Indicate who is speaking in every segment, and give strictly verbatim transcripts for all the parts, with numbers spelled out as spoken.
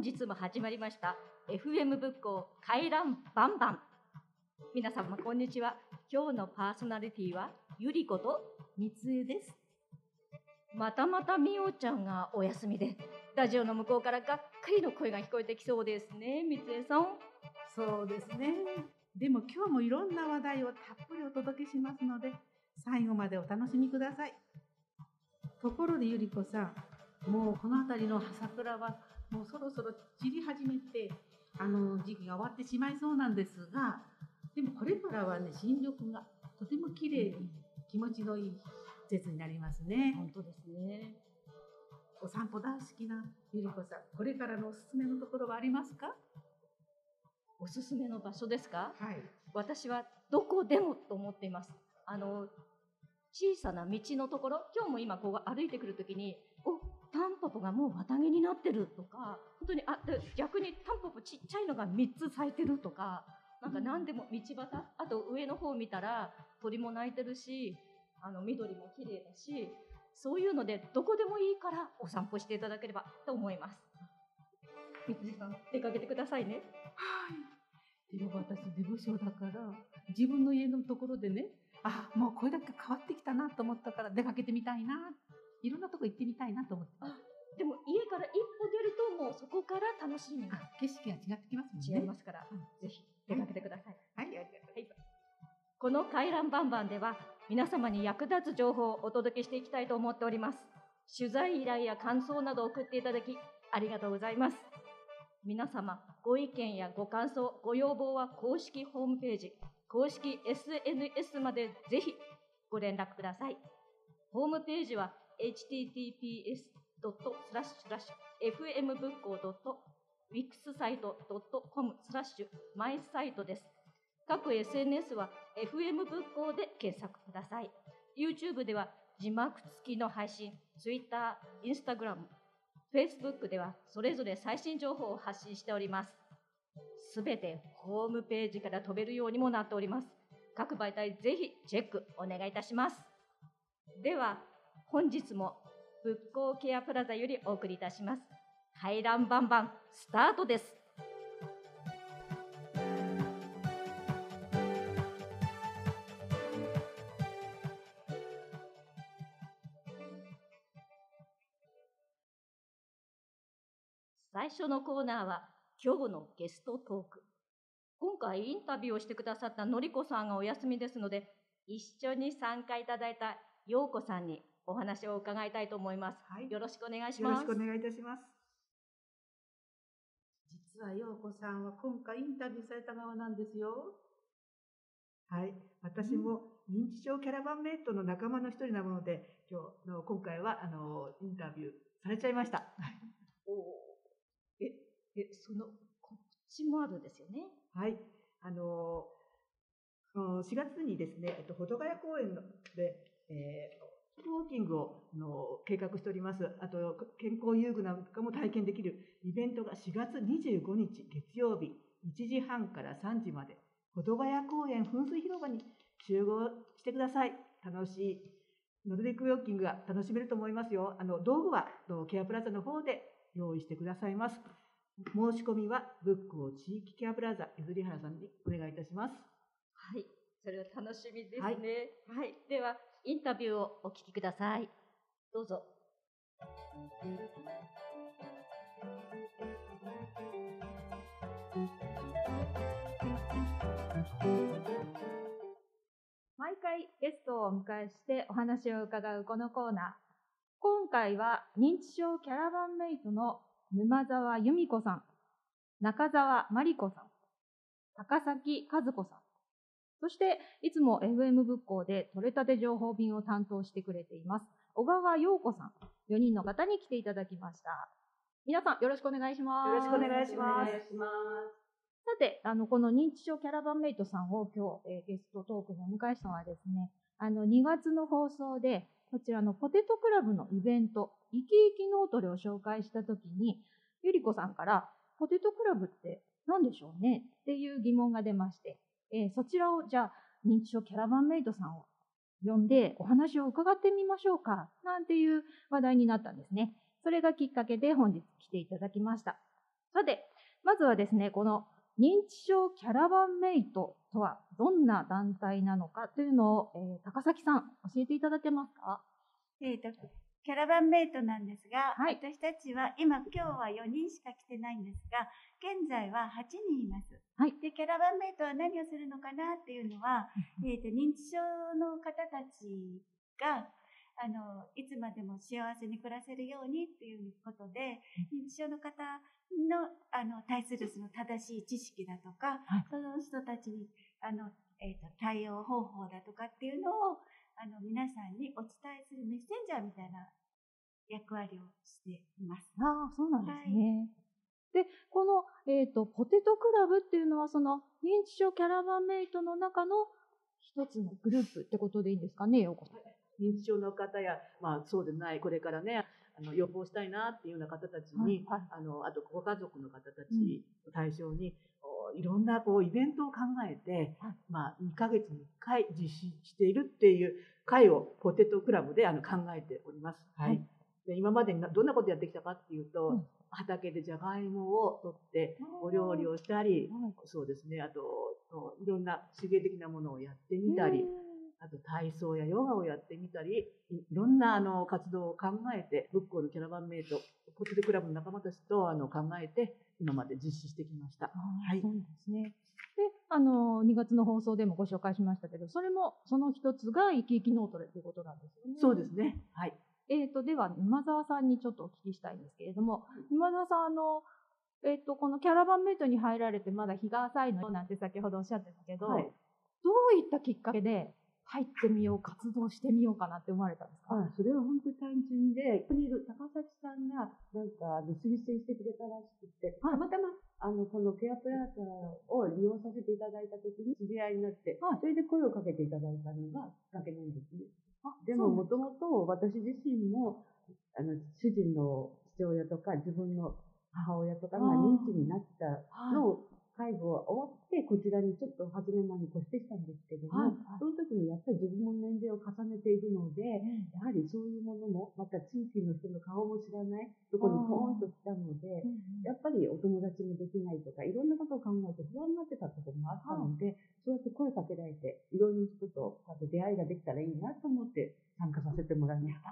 Speaker 1: 日も始まりました エフエム 仏教回覧バンバン。皆様こんにちは。今日のパーソナリティはゆりこと
Speaker 2: みつえです。
Speaker 1: またまたみおちゃんがお休みで、ラジオの向こうからがっかりの声が聞こえてきそうですね。みつえさん。
Speaker 2: そうですね。でも今日もいろんな話題をたっぷりお届けしますので、最後までお楽しみください。ところでゆりこさん、もうこの辺りの桜はもうそろそろ散り始めて、あの時期が終わってしまいそうなんですが、でもこれからはね、新緑がとても綺麗に気持ちのいい季節になりますね。
Speaker 1: 本当ですね。
Speaker 2: お散歩大好きなゆりこさん、これからのおすすめのところはありますか？
Speaker 1: おすすめの場所ですか？
Speaker 2: はい。
Speaker 1: 私はどこでもと思っています。あの小さな道のところ、今日も今こう歩いてくるときに、お、タンポポがもう綿毛になってるとか、本当にあで逆にタンポポちっちゃいのがみっつ咲いてるとか、なんか何でも道端、あと上の方を見たら鳥も鳴いてるし、あの緑も綺麗だし、そういうのでどこでもいいからお散歩していただければと思います。みつえさん、出かけてくださいね。
Speaker 2: はい。でも私デブ症だから、自分の家のところでね、あ、もうこれだけ変わってきたなと思ったから出かけてみたいな、いろんなとこ行ってみたいなと思って。
Speaker 1: あ、でも家から一歩出るともうそこから楽しみが
Speaker 2: 景色が違ってきますもんね。
Speaker 1: 違いますから、うん、ぜひ出かけてください。
Speaker 2: はい、はい、ありがとうございます。
Speaker 1: この回覧バンバンでは皆様に役立つ情報をお届けしていきたいと思っております。取材依頼や感想などを送っていただきありがとうございます。皆様ご意見やご感想、ご要望は公式ホームページ、公式 エスエヌエス までぜひご連絡ください。ホームページは エイチティーティーピーエスドットスラッシュスラッシュエフエム 仏教 ドットウィックスサイト ドットコム スラッシュマイサイトです。各 エスエヌエス は エフエム 仏教で検索ください。 YouTube では字幕付きの配信、 Twitter、Instagram、Facebook ではそれぞれ最新情報を発信しております。すべてホームページから飛べるようにもなっております。各媒体ぜひチェックお願いいたします。では本日も仏教ケアプラザよりお送りいたします回覧バンバンスタートです。最初のコーナーは今日のゲストトーク。今回インタビューをしてくださったのりこさんがお休みですので、一緒に参加いただいたようこさんにお話を伺いたいと思います。はい、よろしくお願いします。
Speaker 2: よろしくお願いいたします。実はようこさんは今回インタビューされた側なんですよ。はい、私も認知症キャラバンメイトの仲間の一人なもので、今日の今回はあのインタビューされちゃいました。
Speaker 1: おええその告知もあるんですよね。
Speaker 2: はい、あのしがつにですね、えっと、保土ヶ谷公園で、えー、ウォーキングをの計画しております。あと健康遊具なんかも体験できるイベントがしがつにじゅうごにち月曜日いちじはんからさんじまで保土ヶ谷公園噴水広場に集合してください。楽しいノルディックウォーキングが楽しめると思いますよ。あの道具はケアプラザの方で用意してくださいます。申し込みは仏教地域ケアプラザゆずりはらさんにお願いいたします。
Speaker 1: はい、それは楽しみですね。
Speaker 2: はい、
Speaker 1: はい、ではインタビューをお聞きください。どうぞ。
Speaker 3: 毎回ゲストをお迎えしてお話を伺うこのコーナー。今回は認知症キャラバンメイトの沼沢由美子さん、中澤真理子さん、高崎和子さん、そしていつも エフエム 仏教で取れたて情報便を担当してくれています小川陽子さん、よにんの方に来ていただきました。皆さんよろしくお願いします。
Speaker 2: よろしくお願いします。
Speaker 3: さて、あのこの認知症キャラバンメイトさんを今日、えー、ゲストトークにお迎えしたのはですね、あのにがつの放送でこちらのポテトクラブのイベント、生き生き脳トレを紹介したときに、ゆりこさんからポテトクラブって何でしょうねっていう疑問が出まして、えー、そちらをじゃあ認知症キャラバンメイトさんを呼んでお話を伺ってみましょうかなんていう話題になったんですね。それがきっかけで本日来ていただきました。 さて、まずはですね、この認知症キャラバンメイトとはどんな団体なのかというのを、えー、高崎さん、教えていただけますか？
Speaker 4: えーと、キャラバンメイトなんですが、
Speaker 3: はい、
Speaker 4: 私たちは今、今日はよにんしか来てないんですが、現在ははちにんいます。
Speaker 3: はい、
Speaker 4: でキャラバンメイトは何をするのかなっていうのは、えーと、認知症の方たちがあのいつまでも幸せに暮らせるようにっていうことで、認知症の方のあの対するその正しい知識だとか、
Speaker 3: はい、
Speaker 4: その人たちにあの、えーと、対応方法だとかっていうのをあの皆さんにお伝えするメッセンジャーみたいな役割をしています。
Speaker 3: ああ、そうなんですね。はい、で、この、えーと、ポテトクラブっていうのは、その認知症キャラバンメイトの中の一つのグループってことでいいんですかね、ようこさん。
Speaker 2: 認知症の方や、まあ、そうでない、これからね、あの予防したいなっていうような方たちに、はいはい、あのあとご家族の方たちを対象に、うん、いろんなこうイベントを考えて、はい、まあ、にかげつにいっかい実施しているっていう会をポテトクラブであの考えております。はいはい、で今までにどんなことやってきたかっていうと、うん、畑でじゃがいもを取ってお料理をしたり、そうですね、あといろんな手芸的なものをやってみたり、あと体操やヨガをやってみたり、いろんなあの活動を考えて、仏教のキャラバンメイト、ポテトクラブの仲間たちとあの考えて、今まで実施してきました。
Speaker 3: はい、そうですね。で、あのにがつの放送でもご紹介しましたけど、それもその一つが生き生き脳トレということなんですよね。
Speaker 2: そうですね。はい。
Speaker 3: えーと、では沼澤さんにちょっとお聞きしたいんですけれども、沼澤さん、あのえーと、このキャラバンメイトに入られてまだ日が浅いのなんて先ほどおっしゃってたけど、はい、どういったきっかけで入ってみよう、活動してみようかなって思われたんですか？
Speaker 5: ああ、それは本当に単純で、ここにいる高崎さんがなんか推薦してくれたらしくて、はい、たまたまあのこのケアプラーターを利用させていただいた時に知り合いになって、はい、それで声をかけていただいたのがきっかけなんですね。でももともと私自身もあの主人の父親とか自分の母親とかが認知になったのを介護が終わってこちらにちょっと初めまで越してきたんですけども、はいはい、その時にやっぱり自分の年齢を重ねているので、うん、やはりそういうものもまた地域の人の顔も知らないところにポーンと来たので、うん、やっぱりお友達もできないとかいろんなことを考えて不安になってたところもあったので、はい、そうやって声かけられていろんな人と出会いができたらいいなと思って参加させてもらいました。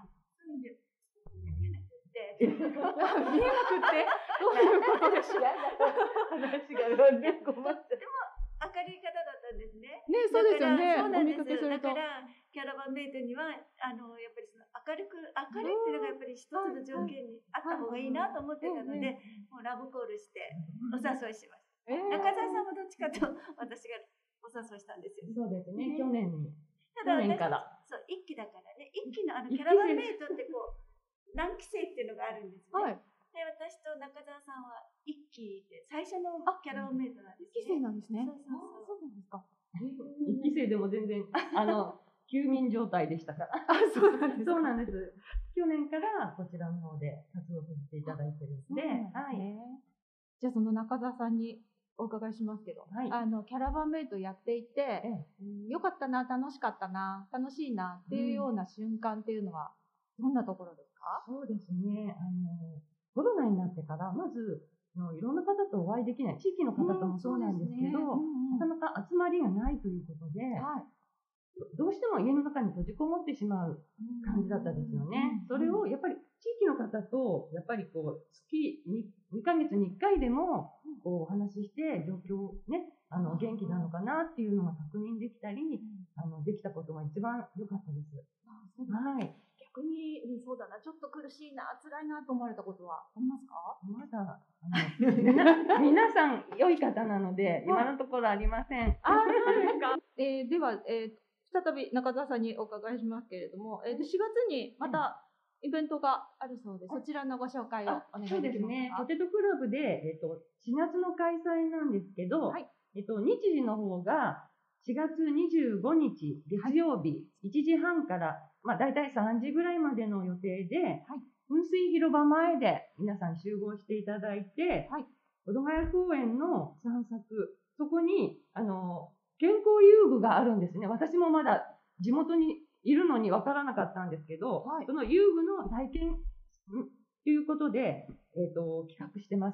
Speaker 3: 見えなくってどういうことでしょう。
Speaker 4: 話がね、困っちゃう。でも明るい方だったんですね。
Speaker 3: ね、そうですよね。
Speaker 4: そうなんです。だからキャラバンメイトにはあのやっぱりその明るく明るいっていうのがやっぱり一つの条件にあった方がいいなと思ってたので、もうラブコールしてお誘いしました。中澤さんもどっちかと私がお誘いしたんですよ。
Speaker 5: そうですね。去年に。
Speaker 4: ただ私そう一期だからね、一期のあのキャラバンメイトってこう何期生っていうのがあるんですね。はい、で私と中澤さんはいっきで最初のキャラバンメイトなんですね。
Speaker 3: いっき生なんですね。
Speaker 4: そうそうそう。
Speaker 3: そうなんですか。
Speaker 5: いっき生でも全然あの休眠状態でしたから。
Speaker 3: あ、そうなんです。
Speaker 5: そうなんです。去年からこちらの方で活動させていただいてるので、はい。
Speaker 3: じゃあその中澤さんにお伺いしますけど、はい、あのキャラバンメイトやっていて、ええ、うん、よかったな、楽しかったな、楽しいなっていうような瞬間っていうのはどんなところですか？
Speaker 5: そうですね。あのコロナになってからまずのいろんな方とお会いできない、地域の方ともそうなんですけど、うんね、うんうん、なかなか集まりがないということで、はい、どうしても家の中に閉じこもってしまう感じだったですよね。それをやっぱり地域の方とやっぱりこう月 に, にかげつにいっかいでもこうお話しして状況をね、あの元気なのかなっていうのが確認できたり、あのできたことが一番良かったです。
Speaker 3: あ、そうです。はい。逆に、そうだな、ちょっと苦しいな、辛いなと思われたことはありますか？
Speaker 5: まだあの皆さん良い方なので、今のところありません。
Speaker 3: あ、そうですか。えー、では、えー、再び中澤さんにお伺いしますけれども、えー、しがつにまたイベントがあるそうで、そちらのご紹介をお願いできますか？
Speaker 5: そうですね。ポテトクラブで、えっと、しがつの開催なんですけど、はい、えっと、日時の方がしがつにじゅうごにち月曜日、はい、いちじはんから、まあ、だいたいさんじぐらいまでの予定で、はい、噴水広場前で皆さん集合していただいて、はい、保土ヶ谷公園の散策、そこにあの健康遊具があるんですね。私もまだ地元にいるのに分からなかったんですけど、はい、その遊具の体験ということで、えーと、企画してます。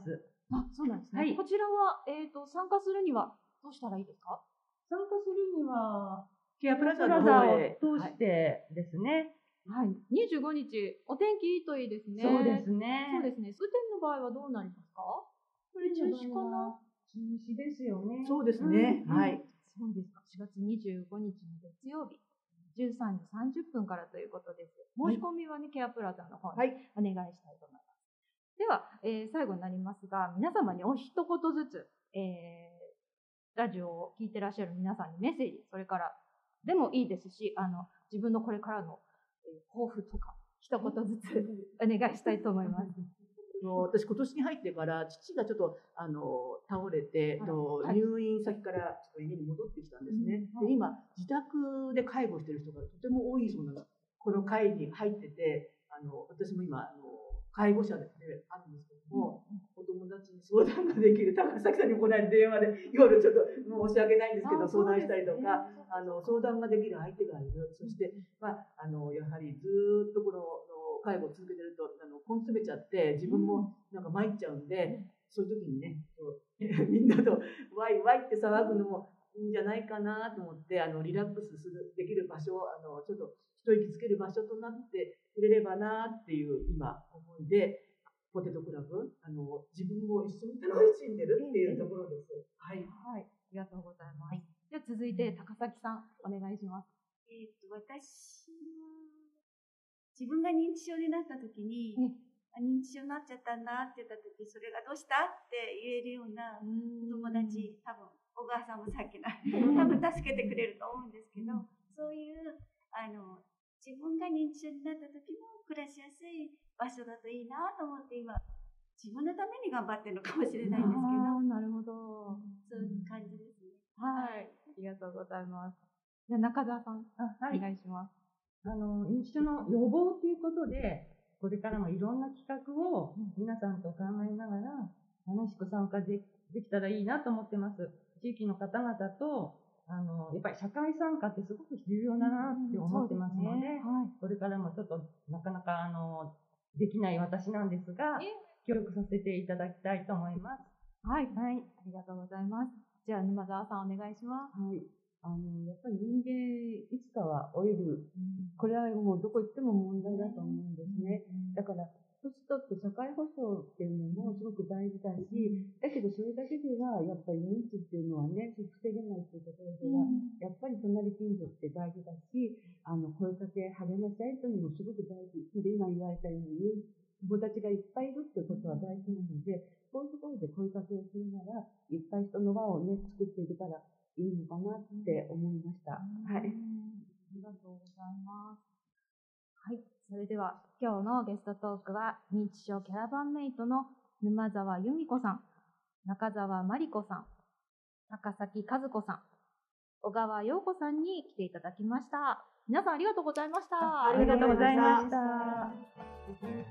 Speaker 3: あ、そうなんですね。
Speaker 5: はい
Speaker 3: こちらは、えっ、と、参加するにはどうしたらいいですか？
Speaker 5: 参加するには、
Speaker 2: ケアプラザの
Speaker 5: プラザを
Speaker 2: 方へ。
Speaker 5: 通してですね。
Speaker 3: はい。にじゅうごにち、お天気いいといいですね。
Speaker 5: そうですね。
Speaker 3: そうですね。雨天の場合はどうなりますか？これ中止かな？
Speaker 5: 中止ですよね。
Speaker 2: そうですね。
Speaker 3: うん
Speaker 2: はい。
Speaker 3: そうですか。しがつにじゅうごにちの月曜日、じゅうさんじさんじゅっぷんからということです。申し込みはね、ケアプラザの方に
Speaker 2: はい。
Speaker 3: お願いしたいと思います。では、えー最後になりますが、皆様にお一言ずつ、えーラジオを聞いてらっしゃる皆さんにメッセージ、それからでもいいですし、あの自分のこれからの、えー抱負とか一言ずつお願いしたいと思います。
Speaker 2: あの私、今年に入ってから父がちょっとあの倒れて、
Speaker 3: あら
Speaker 2: と
Speaker 3: はい
Speaker 2: 入院先からちょっと家に戻ってきたんですね。
Speaker 3: うんはい
Speaker 2: で今、自宅で介護している人がとても多いそうなの。この会に入ってて、あの私も今あの介護者であるんですけども、お友達に相談ができる、高崎さんにもこの間電話で夜ちょっと申し訳ないんですけど
Speaker 3: あ
Speaker 2: 相談したりとか、
Speaker 3: そうですね
Speaker 2: あの相談ができる相手がいる。そして、まあ、あのやはりずーっとこのの介護を続けてるとあの根詰めちゃって自分もなんか参っちゃうんで、そういう時にねこうみんなとワイワイって騒ぐのもいいんじゃないかなと思って、あのリラックスするできる場所をあのちょっと一息つける場所となってくれればなっていう今思いで、ポテトクラブあの自分も一緒に楽しんでるっていうところです。はい。
Speaker 3: はい、ありがとうございます。じゃあ続いて高崎さんお願いします。
Speaker 4: えっと、私は、自分が認知症になった時に、あ認知症になっちゃったんだって言った時、それがどうしたって言えるような友達、多分、小川さんもさっきの、多分助けてくれると思うんですけど、そういう、あの、自分が認知症になった時も暮らしやすい場所だといいなと思って今、自分のために頑張ってるのかもしれないんですけど、
Speaker 3: あーなるほど。
Speaker 4: そういう感じですね。
Speaker 3: はい、ありがとうございます。じゃあ中澤さん、
Speaker 5: あ、は
Speaker 3: お
Speaker 5: い。
Speaker 3: 願いします。
Speaker 5: あの、認知症の予防ということで、これからもいろんな企画を皆さんと考えながら、楽しく参加でできたらいいなと思ってます。地域の方々と、あの、やっぱり社会参加ってすごく重要だなって思ってますので、これからもちょっとなかなか、あの、できない私なんですが、協力させていただきたいと思います。
Speaker 3: はい、はい、ありがとうございます。じゃあ沼澤さんお願いします。
Speaker 5: はい。あの、やっぱり人間、いつかは老いる。これはもうどこ行っても問題だと思うんですね。だから、年取って社会保障っていうのもすごく大事だし、だけどそれだけでは、やっぱり認知っていうのはね、防げないっていうところでは、やっぱり隣近所って大事だし、あの、声かけ、励まし合いというのもすごく大事。で、今言われたように、友達がいっぱいいるってことは大事なので、こういうところで声かけをするなら、いっぱい人の輪をね、作っていけたらいいのかなって思いました。はい。
Speaker 3: ありがとうございます。はい。それでは、今日のゲストトークは、認知症キャラバンメイトの沼澤由美子さん、中澤真理子さん、高崎和子さん、小川陽子さんに来ていただきました。皆さんありがとうございました。
Speaker 2: あ
Speaker 5: ありがとうございまし
Speaker 2: あり
Speaker 5: た。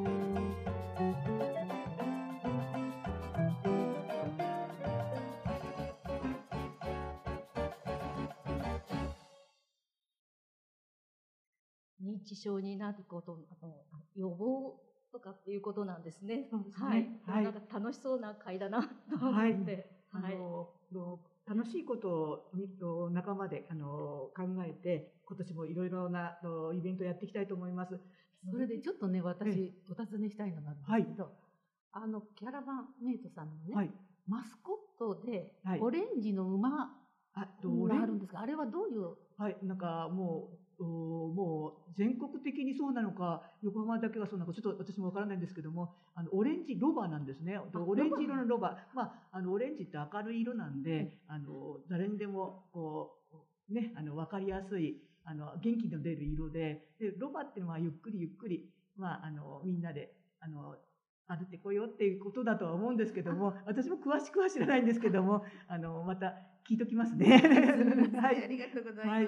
Speaker 1: 認知症になることあの予防とかっていうことなんですね。
Speaker 2: そうですね
Speaker 1: はい。
Speaker 2: はい
Speaker 1: なんか楽しそうな会だなと思
Speaker 2: はい
Speaker 1: って。
Speaker 2: あのの楽しいことにと仲間であの考えて、今年もいろいろなのイベントをやっていきたいと思います。
Speaker 6: それでちょっとね、
Speaker 2: え
Speaker 6: 私、お尋ねしたいのがあるんですけど、あの、キャラバンメイトさんのね、
Speaker 2: はい。
Speaker 6: マスコットで
Speaker 2: はい、
Speaker 6: オレンジの馬
Speaker 2: あ、どれ
Speaker 6: があるんですが、あれはどういう、
Speaker 2: はい、なんかもう、おもう全国的にそうなのか、横浜だけがそうなのか、ちょっと私もわからないんですけども、あのオレンジロバなんですね。オレンジ色のロバ。まあ、あのオレンジって明るい色なんで、あの誰にでもこうね、あのわかりやすい、あの元気の出る色で、でロバっていうのはゆっくりゆっくり、まああのみんなであの歩ってこようっていうことだとは思うんですけども、私も詳しくは知らないんですけども、あのまた聞いときますね。
Speaker 6: はい、ありがとうございます。
Speaker 2: はい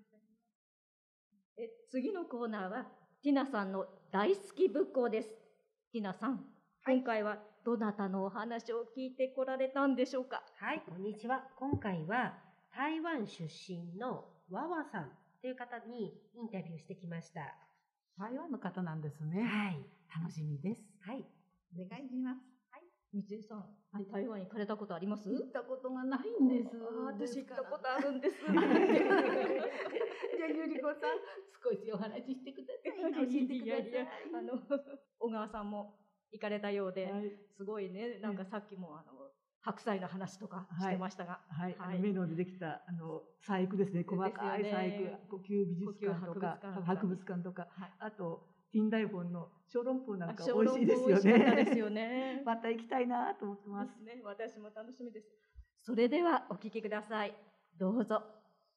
Speaker 1: え次のコーナーはティナさんの大好き仏教です。ティナさん、今回はどなたのお話を聞いてこられたんでしょうか。
Speaker 7: はい、こんにちは。今回は台湾出身のワワさんという方にインタビューしてきました。
Speaker 6: 台湾の方なんですね。
Speaker 7: はい。
Speaker 6: 楽しみです。
Speaker 7: はい。
Speaker 6: お願いします。
Speaker 1: 三江さん、はい、台湾行かれたことあります？
Speaker 6: 行ったことがないんです。
Speaker 1: 私行ったことあるんです。
Speaker 6: じゃあゆり子さん、少しお話ししてください。教えてください。
Speaker 1: いやいやあの小川さんも行かれたようで、
Speaker 2: はい、
Speaker 1: すごいね、なんかさっきもあの白菜の話とかしてましたが、
Speaker 2: はい、はい、あのメノでできたあの細工ですね、細かい細工、呼吸美術館とか博物館とか、はい、あと近代本の小籠包なんか美味しいですよね。
Speaker 1: ですよね。
Speaker 2: また行きたいなと思ってます。
Speaker 1: ね、私も楽しみです。それではお聞きください。どうぞ。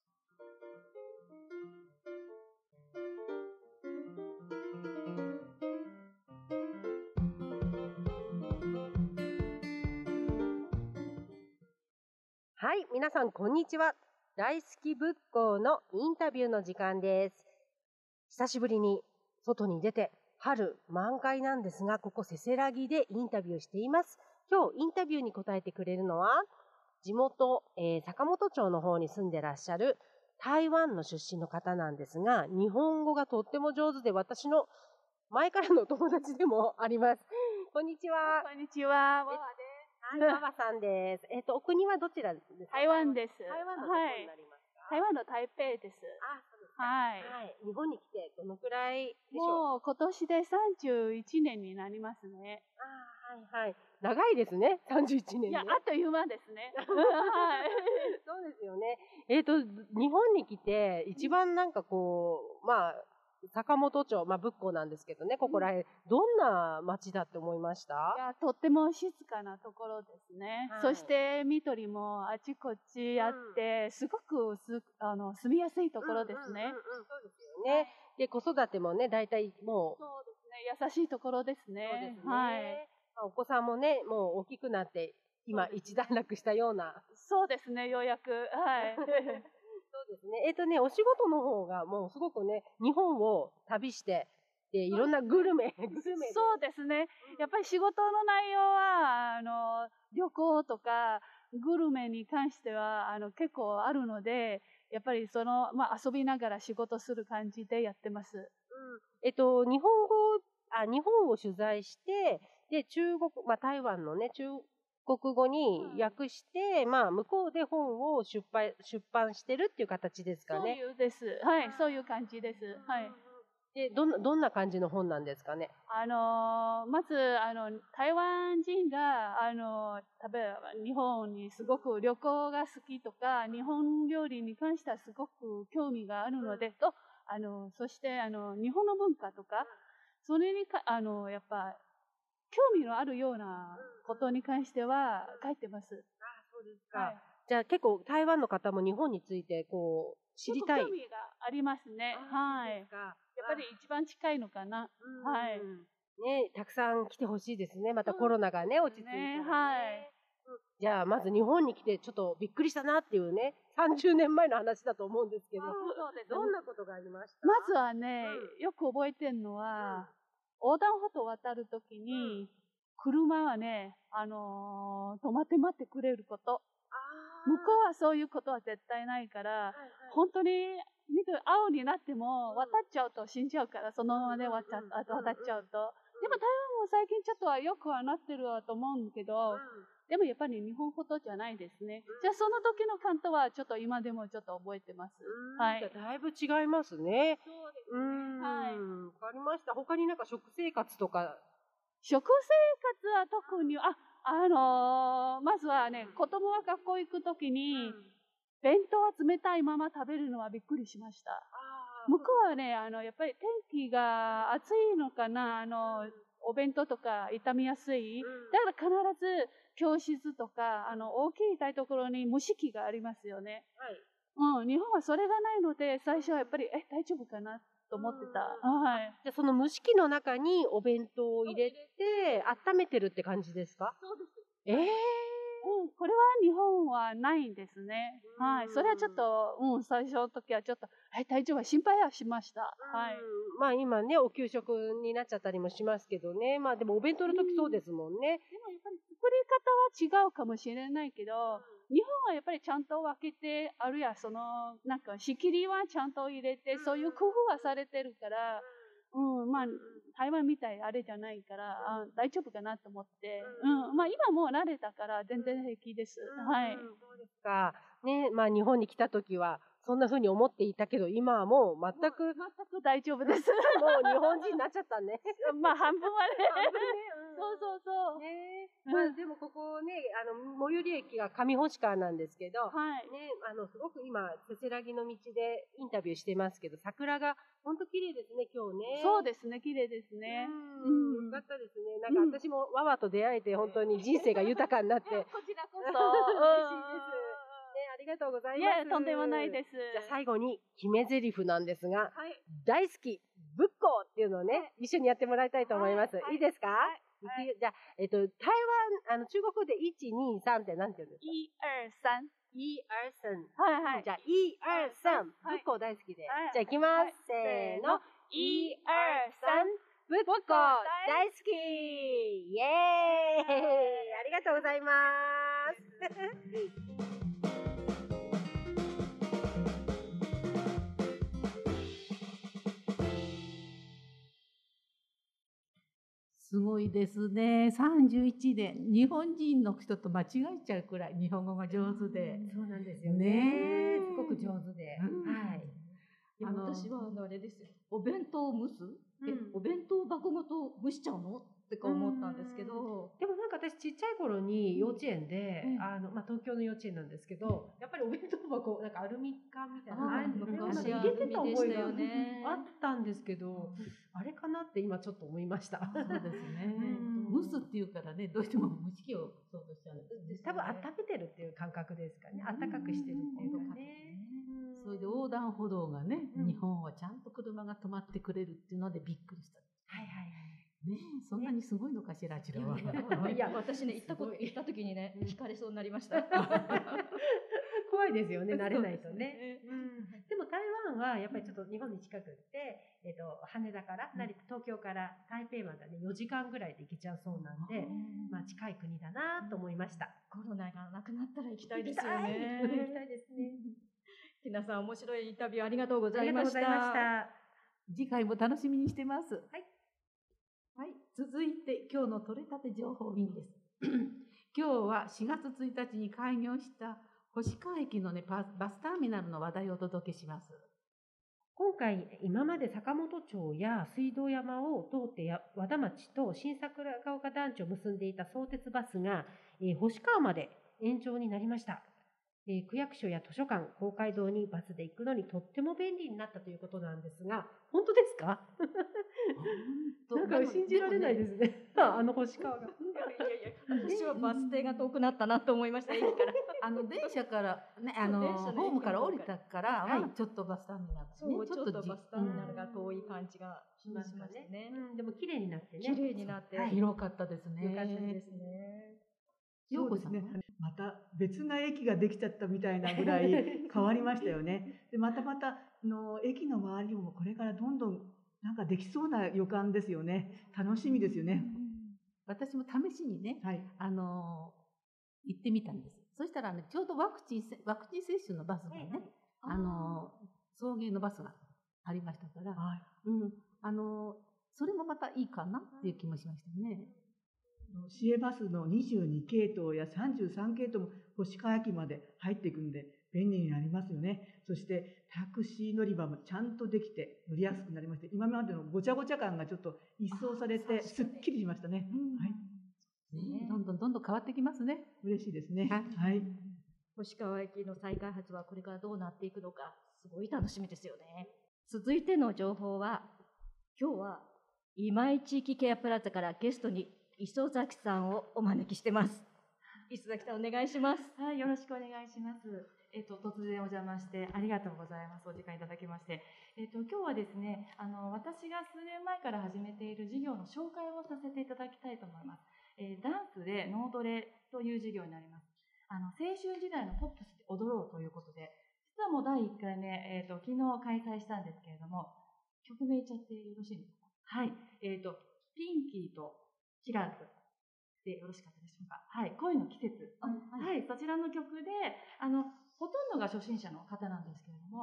Speaker 7: はい、皆さんこんにちは。大好き仏教のインタビューの時間です。久しぶりに外に出て、春満開なんですが、ここせせらぎでインタビューしています。今日インタビューに答えてくれるのは、地元、えー、坂本町の方に住んでらっしゃる台湾の出身の方なんですが、日本語がとっても上手で、私の前からの友達でもあります。こんにちは。
Speaker 8: こんにちは。
Speaker 7: わわです。はい、わわさんです。えっと、お国はどちらですか？
Speaker 8: 台湾です。
Speaker 7: 台湾のどこになりますか？
Speaker 8: 台湾の台北です。
Speaker 7: あ、そうですか。
Speaker 8: はい。
Speaker 7: はい。日本に来てどのくらいでしょう？
Speaker 8: もう今年でさんじゅういちねんになりますね。
Speaker 7: あ、はいはい。長いですね。さんじゅういちねん、ね。
Speaker 8: いや、あっという間ですね。はい。
Speaker 7: そうですよね。えっと、日本に来て一番なんかこう、まあ、坂本町、まあ仏教なんですけどね、ここら辺、どんな町だって思いました？
Speaker 8: いや、とっても静かなところですね。はい、そして緑もあちこちあって、うん、すごくすあの住みやすいところですね。
Speaker 7: そうですよね。で、子育てもね、大体もう。
Speaker 8: そうですね。優しいところですね。
Speaker 7: そうですね。はい。お子さんもね、もう大きくなって、今一段落したような。
Speaker 8: そうですね、ようやく。はい。
Speaker 7: そうですね。えっとね、お仕事の方がもうすごくね、日本を旅して、で、いろんなグルメ、グルメ。
Speaker 8: そうですね。やっぱり仕事の内容は、あの、旅行とか、グルメに関しては、あの、結構あるので、やっぱりその、まあ、遊びながら仕事する感じでやってます。うん。
Speaker 7: えっと、日本語、あ、日本を取材して、で、中国、まあ、台湾のね、中国語に訳して、うん、まあ、向こうで本を出版、出版してるっていう形ですかね。
Speaker 8: そういうです。はい、そういう感じです。はい。
Speaker 7: で、どんな、どんな感じの本なんですかね。
Speaker 8: あのー、まず、あの、台湾人が、あのー、例えば日本にすごく旅行が好きとか、日本料理に関してはすごく興味があるので、と、あの、そして、あの、日本の文化とか、それにか、あの、やっぱ、興味のあるようなことに関しては書いてます。
Speaker 7: ああ、そうですか。はい、じゃあ結構台湾の方も日本についてこう知りたい。
Speaker 8: 興味がありますね。はい。やっぱり一番近いのかな。はい。
Speaker 7: ね、たくさん来てほしいですね。またコロナがね、落ち着いて、ね。
Speaker 8: はい。
Speaker 7: じゃあまず日本に来てちょっとびっくりしたなっていうね、さんじゅうねんまえの話だと思うんですけど、そうです、どんなことがありました？
Speaker 8: まずはね、うん、よく覚えてるのは、うん、横断歩道を渡るときに、うん、車はね、あのー、止まって待ってくれること。向こうはそういうことは絶対ないから、はいはい、本当に青になっても渡っちゃうと死んじゃうから、そのままね、渡っちゃうと。でも台湾も最近ちょっとはよくはなってると思うんだけど、でもやっぱり日本ほどじゃないですね。じゃあその時の感動はちょっと今でもちょっと覚えてます。
Speaker 7: はい。だいぶ違いますね。
Speaker 8: そうですね。はい。
Speaker 7: わかりました。他になんか食生活とか。
Speaker 8: 食生活は特に、あ、あのー、まずはね、子供が学校行くときに、弁当は冷たいまま食べるのはびっくりしました。向こうはね、あの、やっぱり天気が暑いのかな、あの、お弁当とか傷みやすい。だから必ず教室とか、あの、大きい台所に蒸し器がありますよね。はい。うん、日本はそれがないので、最初はやっぱり、え、大丈夫かなと思ってた。はい。
Speaker 7: じゃあその蒸し器の中にお弁当を入れて、温めてるって感じですか？
Speaker 8: そうです。
Speaker 7: ええー。
Speaker 8: うん、これは日本はないんですね。はい。それはちょっと、うん、最初の時はちょっと、はい、大丈夫、心配はしました。はい。
Speaker 7: まあ今ね、お給食になっちゃったりもしますけどね。まあでもお弁当の時そうですもんね。
Speaker 8: でもやっぱり作り方は違うかもしれないけど、日本はやっぱりちゃんと分けて、あるいはその、なんか仕切りはちゃんと入れて、そういう工夫はされてるから、 うん、まあ、台湾みたいあれじゃないから、あ大丈夫かなと思って、うん、まあ今もう慣れたから全然平気です。はい。
Speaker 7: そうですか。ね、まあ日本に来た時は、そんな風に思っていたけど、今はもう全く、
Speaker 8: 全く大丈夫です。
Speaker 7: もう日本人になっちゃったね。
Speaker 8: まあ半分はね。
Speaker 7: 半分ね。
Speaker 8: そうそうそう。
Speaker 7: ねまあでもここね、あの、最寄り駅が上星川なんですけど、
Speaker 8: はい。
Speaker 7: ね、あの、すごく今、せせらぎの道でインタビューしてますけど、桜が本当綺麗ですね、今日ね。
Speaker 8: そうですね、綺麗ですね。
Speaker 7: うん、よかったですね。なんか私もわわと出会えて本当に人生が豊かになって。
Speaker 8: こちらこそ。
Speaker 7: 嬉しいです。ね、ありがとうございます。
Speaker 8: いえ、とんでもないです。
Speaker 7: じゃあ最後に決め台詞なんですが、
Speaker 8: はい、
Speaker 7: 大好き仏教っていうのをね、一緒にやってもらいたいと思います。はい、いいですか？はい、じゃあ、えっと、台湾、あの、中国語でいち、に、さんって何て言うんですか？
Speaker 8: いち、に、さん。
Speaker 7: いち、に、さん。
Speaker 8: はいはい。
Speaker 7: じゃあ、いち、に、さん。仏教大好きで。じゃあ、いきます。せーの。いち、に、さん。仏教大好きイエーイありがとうございます
Speaker 6: すごいですね。さんじゅういちねん、日本人の人と間違えちゃうくらい日本語が上手で。
Speaker 7: そうなんですよね。すごく上手で。はい。
Speaker 1: あの私はあれですよ。お弁当を蒸す、え、お弁当箱ごと蒸しちゃうのってか思ったんですけど。
Speaker 7: でもなんか私ちっちゃい頃に幼稚園で、あの、まあ、東京の幼稚園なんですけど、やっぱりお弁当箱、なんかアルミ缶みたいな、
Speaker 1: 昔
Speaker 7: 入れてた覚えがあったんですけど、あれかなって今ちょっと思いました。
Speaker 6: そうですね。蒸すっていうからね、どうしても蒸し器を想像しちゃうんです。
Speaker 7: 多分温めてるっていう感覚ですかね。温かくしてるっていうかね。
Speaker 6: それで横断歩道がね、日本はちゃんと車が止まってくれるっていうのでびっくりした。
Speaker 7: はいはいはい。
Speaker 6: ねえ、そんなにすごいのかしら、あちらは。
Speaker 1: いや、私ね、行ったこと、行った時にね、惹かれそうになりました。
Speaker 7: 怖いですよね、慣れないとね。でも台湾はやっぱりちょっと日本に近くって、えっと、羽田から、東京から台北までね、よじかんぐらいで行けちゃうそうなんで、まあ近い国だなと思いました。
Speaker 1: コロナがなくなったら行きたいですよね。
Speaker 7: 行きたいですね。
Speaker 1: ひなさん、面白いインタビューありがとうございました。
Speaker 7: ありがとうございました。
Speaker 6: 次回も楽しみにしてます。はい。はい、続いて今日の取れたて情報便です。今日はしがつついたちに開業した星川駅のね、バスターミナルの話題をお届けします。
Speaker 7: 今回、今まで坂本町や水道山を通ってや和田町と新桜ヶ丘団地を結んでいた相鉄バスが、えー、星川まで延長になりました。えー、区役所や図書館、公会堂にバスで行くのにとっても便利になったということなんですが、本当ですか？なんか信じられないですね。あの星川が。い
Speaker 1: やいやいや、私はバス停が遠くなったなと思いました、駅から。
Speaker 6: あの電車からね、あのホームから降りたからはちょっとバスターミナル、
Speaker 1: そう、ちょっとバスターミナルが遠い感じがしましたね。
Speaker 7: でも綺麗になってね。
Speaker 1: 綺麗になって
Speaker 6: 広かったですね。
Speaker 1: よかったですね。
Speaker 2: そうですね。また別な駅ができちゃったみたいなぐらい変わりましたよね。で、またまたの駅の周りもこれからどんどんなんかできそうな予感ですよね。楽しみですよね。
Speaker 6: 私も試しにね、はい、あの行ってみたんです。そしたらね、ちょうどワクチンワクチン接種のバスがね、あの送迎のバスがありましたから、はい、うん、あのそれもまたいいかなっていう気もしましたね。
Speaker 2: 市営バスのにじゅうにけいとうやさんじゅうさんけいとうも星川駅まで入っていくんで便利になりますよね。そしてタクシー乗り場もちゃんとできて乗りやすくなりまして、今までのごちゃごちゃ感がちょっと一掃されてすっきりしましたね。はい。
Speaker 6: ね、どんどんどんどん変わってきますね。
Speaker 2: 嬉しいですね。はい。
Speaker 1: 星川駅の再開発はこれからどうなっていくのかすごい楽しみですよね。続いての情報は、今日は今井地域ケアプラザからゲストに磯崎さんをお招きしてます。磯崎さん、お願いします。
Speaker 9: はい、よろしくお願いします。えっと、突然お邪魔してありがとうございます。お時間いただきまして。えっと、今日はですね、あの、私が数年前から始めている事業の紹介をさせていただきたいと思います。えー、ダンスで脳トレという事業になります。あの、青春時代のポップスで踊ろうということで、実はもうだいいっかいめ、えっと、昨日開催したんですけれども、曲名言っちゃってよろしいですか？はい。えっと、ピンキーとキラーズでよろしかったでしょうか？はい。恋の季節。はい、はい。そちらの曲で、あの、ほとんどが初心者の方なんですけれども、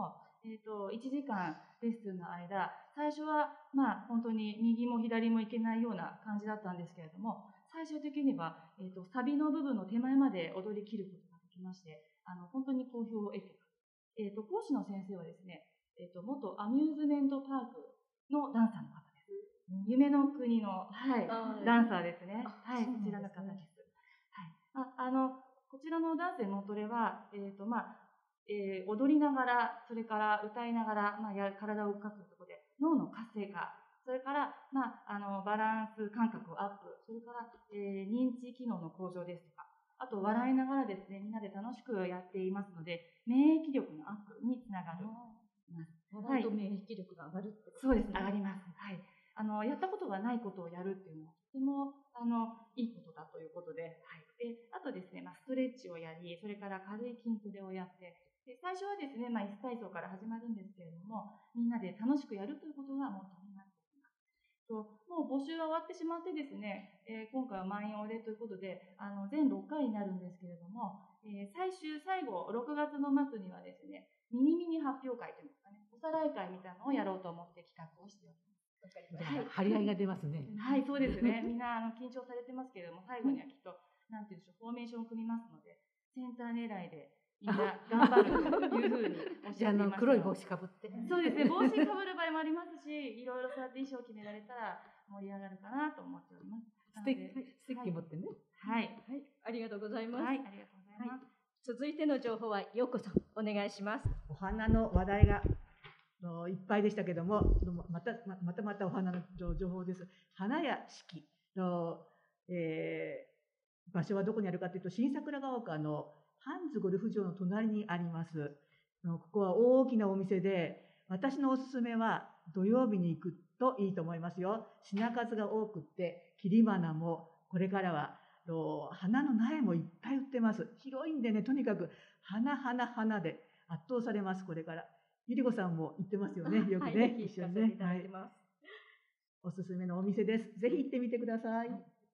Speaker 9: えっと、いちじかんレッスンの間、最初は、まあ、本当に右も左もいけないような感じだったんですけれども、最終的には、えっと、サビの部分の手前まで踊り切ることができまして、あの、本当に好評を得ています。えっと、講師の先生はですね、えっと、元アミューズメントパークのダンサーの方です。夢の国の、はい、ダンサーですね。はい、こちらの方です。はい。あ、あの、こちらのダンスでのトレは、えっと、まあ、えー、踊りながら、それから歌いながら、まあ、や体を動かすところで、脳の活性化、それから、まあ、あの、バランス感覚をアップ、それから、えー、認知機能の向上ですとか、あと、笑いながらですね、みんなで楽しくやっていますので、免疫力のアップにつながる。
Speaker 1: 笑うと免疫力が上がるってことですね。
Speaker 9: そうです、上がります。はい。あの、やったことがないことをやるっていうのは、とても、あの、いいことだということで、はい。で、あとですね、まあ、ストレッチをやり、それから軽い筋トレをやって、で、最初はですね、まあ、椅子体操から始まるんですけれども、みんなで楽しくやるということがモットーになっています。と、もう募集は終わってしまってですね、えー、今回は満員御礼ということで、あの、全ろっかいになるんですけれども、えー、最終、最後、ろくがつの末にはですね、ミニミニ発表会というんですかね、おさらい会みたいなのをやろうと思って企画をしております。
Speaker 6: はい、張り合いが出ますね。
Speaker 9: はい、そうですね。みんなあの緊張されてますけれども、最後にはきっと、なんていうんでしょう、フォーメーションを組みますので、センター狙いでみんな頑張るというふうにおっしゃっていました。
Speaker 6: 黒い帽子かぶって。
Speaker 9: そうですね、帽子かぶる場合もありますし、いろいろそうやって衣装を決められたら盛り上がるかなと思っております。
Speaker 6: ステッキ持ってね。
Speaker 9: はい。
Speaker 1: はい、ありがとうございます。
Speaker 9: はい、ありがとうございます。
Speaker 1: 続いての情報は、ようこさん、お願いします。
Speaker 2: お花の話題がいっぱいでしたけども、またまたまたお花の情報です。花屋敷の、えー、場所はどこにあるかというと、新桜ヶ丘のハンズゴルフ場の隣にあります。ここは大きなお店で、私のおすすめは土曜日に行くといいと思いますよ。品数が多くって、切り花もこれからは花の苗もいっぱい売ってます。広いんでね、とにかく花花花で圧倒されます。これからゆり子さんも行ってますよね、よくね、はい、一緒にね、はい、おすすめのお店です。ぜひ行ってみてください。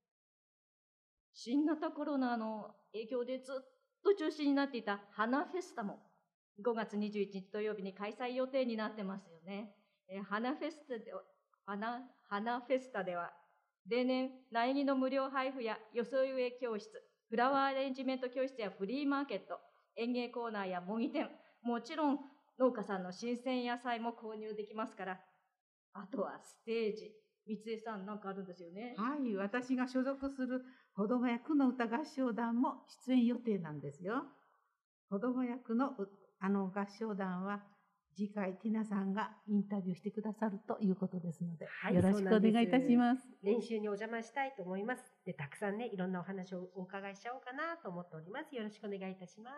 Speaker 1: 新型コロナの影響でずっと中止になっていた花フェスタもごがつにじゅういちにち土曜日に開催予定になってますよね。えー、花フェスタでは花花フェスタでは例年苗木の無料配布やよそ植え教室、フラワーアレンジメント教室やフリーマーケット、園芸コーナーや模擬店、もちろん農家さんの新鮮野菜も購入できますから、あとはステージ、三江さんなんかあるんですよね。
Speaker 6: はい、私が所属する保土ヶ谷区の歌合唱団も出演予定なんですよ。保土ヶ谷区のあの合唱団は次回ティナさんがインタビューしてくださるということですので、はい、よろしくお願いいたします。
Speaker 7: 練習にお邪魔したいと思います。で、たくさんね、いろんなお話をお伺いしちゃおうかなと思っております。よろしくお願いいたします。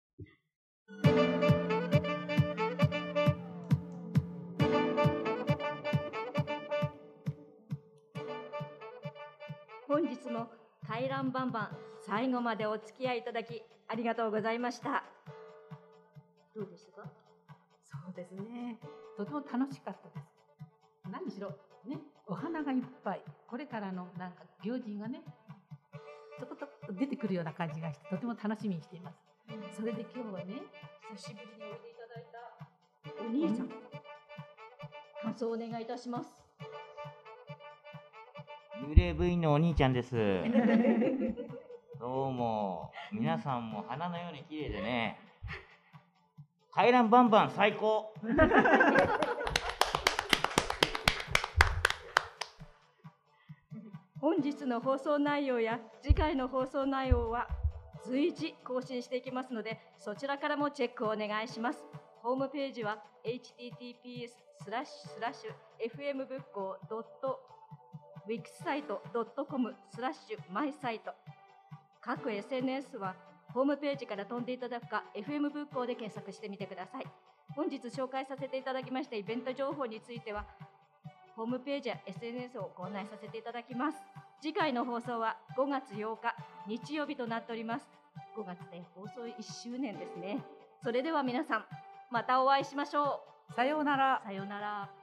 Speaker 1: 本日も回覧バンバン最後までお付き合いいただきありがとうございました。どうでしたか？
Speaker 6: そうですね、とても楽しかったです。何しろね、お花がいっぱい、これからのなんか行事がねちょこちょこ出てくるような感じがして、とても楽しみにしています。それで今日はね、
Speaker 1: 久しぶりにおいでいただいたお兄さん、感想をお願いいたします。
Speaker 10: 幽霊部員のお兄ちゃんです。どうも、皆さんも花のように綺麗でね、回覧バンバン最高。
Speaker 1: 本日の放送内容や次回の放送内容は随時更新していきますので、そちらからもチェックをお願いします。ホームページは エイチティーティーピーエススラッシュスラッシュエフエムブッコードットウィックスサイトドットコムスラッシュマイサイト、各 エスエヌエス はホームページから飛んでいただくか エフエム ブッコーで検索してみてください。本日紹介させていただきましたイベント情報についてはホームページや エスエヌエス をご案内させていただきます。次回の放送はごがつようか日曜日となっております。ごがつで放送いっしゅうねんですね。それでは皆さん、またお会いしましょう。
Speaker 6: さようなら。
Speaker 1: さようなら。